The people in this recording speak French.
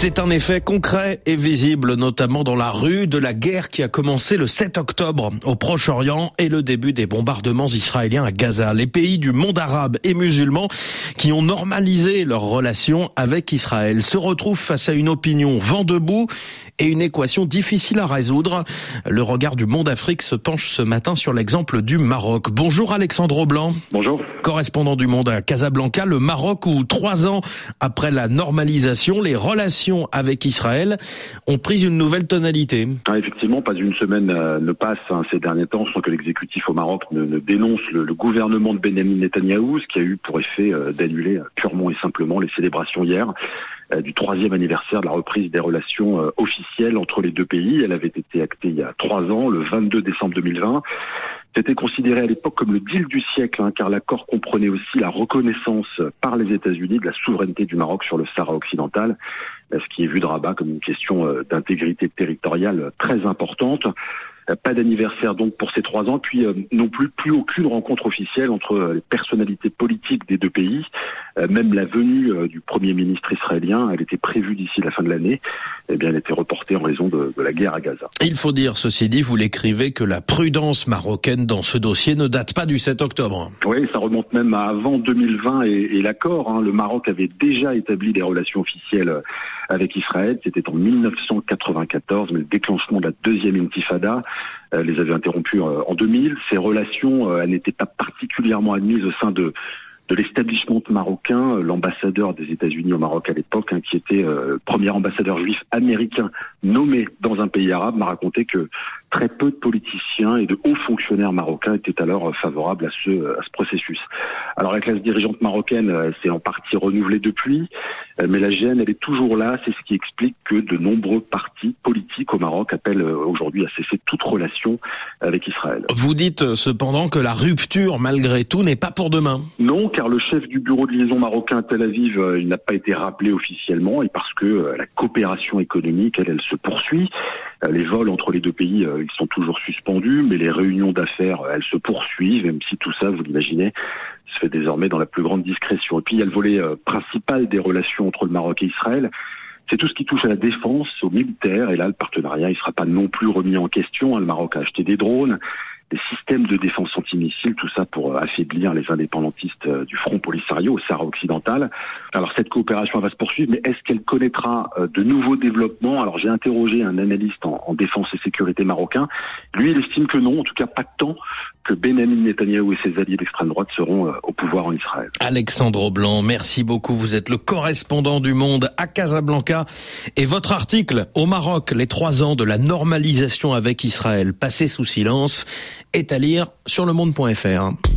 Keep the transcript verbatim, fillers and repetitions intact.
C'est un effet concret et visible, notamment dans la rue, de la guerre qui a commencé le sept octobre au Proche-Orient et le début des bombardements israéliens à Gaza. Les pays du monde arabe et musulman qui ont normalisé leurs relations avec Israël se retrouvent face à une opinion vent debout et une équation difficile à résoudre. Le regard du Monde Afrique se penche ce matin sur l'exemple du Maroc. Bonjour Alexandre Blanc. Bonjour. Correspondant du Monde à Casablanca, le Maroc où trois ans après la normalisation, les relations avec Israël ont pris une nouvelle tonalité. Ah, effectivement, pas une semaine euh, ne passe hein, ces derniers temps sans que l'exécutif au Maroc ne, ne dénonce le, le gouvernement de Benyamin Netanyahou, ce qui a eu pour effet euh, d'annuler euh, purement et simplement les célébrations hier euh, du troisième anniversaire de la reprise des relations euh, officielles entre les deux pays. Elle avait été actée il y a trois ans, le vingt-deux décembre deux mille vingt. C'était considéré à l'époque comme le deal du siècle, hein, car l'accord comprenait aussi la reconnaissance par les États-Unis de la souveraineté du Maroc sur le Sahara occidental, ce qui est vu de Rabat comme une question euh, d'intégrité territoriale très importante. Pas d'anniversaire donc pour ces trois ans, puis euh, non plus plus aucune rencontre officielle entre euh, les personnalités politiques des deux pays. Euh, même la venue euh, du Premier ministre israélien, elle était prévue d'ici la fin de l'année, eh bien elle était reportée en raison de, de la guerre à Gaza. Il faut dire, ceci dit, vous l'écrivez, que la prudence marocaine dans ce dossier ne date pas du sept octobre. Oui, ça remonte même à avant deux mille vingt et, et l'accord. Hein. Le Maroc avait déjà établi des relations officielles avec Israël. C'était en mille neuf cent quatre-vingt-quatorze, mais le déclenchement de la deuxième intifada euh, les avait interrompues euh, en deux mille. Ces relations, euh, elles n'étaient pas particulièrement admises au sein de de l'establishment marocain. L'ambassadeur des États-Unis au Maroc à l'époque, hein, qui était euh, le premier ambassadeur juif américain nommé dans un pays arabe, m'a raconté que très peu de politiciens et de hauts fonctionnaires marocains étaient alors favorables à ce, à ce processus. Alors la classe dirigeante marocaine s'est en partie renouvelée depuis, mais la gêne, elle est toujours là. C'est ce qui explique que de nombreux partis politiques au Maroc appellent aujourd'hui à cesser toute relation avec Israël. Vous dites cependant que la rupture, malgré tout, n'est pas pour demain. Non, car le chef du bureau de liaison marocain à Tel Aviv, il n'a pas été rappelé officiellement, et parce que la coopération économique, elle, elle se poursuit. Les vols entre les deux pays, ils sont toujours suspendus, mais les réunions d'affaires, elles se poursuivent, même si tout ça, vous l'imaginez, se fait désormais dans la plus grande discrétion. Et puis il y a le volet euh, principal des relations entre le Maroc et Israël. C'est tout ce qui touche à la défense, au militaire, et là le partenariat, il ne sera pas non plus remis en question. Le Maroc a acheté des drones, des systèmes de défense antimissiles, tout ça pour affaiblir les indépendantistes du Front Polisario au Sahara occidental. Alors cette coopération va se poursuivre, mais est-ce qu'elle connaîtra de nouveaux développements? Alors j'ai interrogé un analyste en, en défense et sécurité marocain. Lui, il estime que non, en tout cas pas tant que Benyamin Netanyahou et ses alliés d'extrême droite seront euh, au pouvoir en Israël. Alexandre Blanc, merci beaucoup. Vous êtes le correspondant du Monde à Casablanca. Et votre article au Maroc, les trois ans de la normalisation avec Israël passé sous silence, est à lire sur le monde point f r.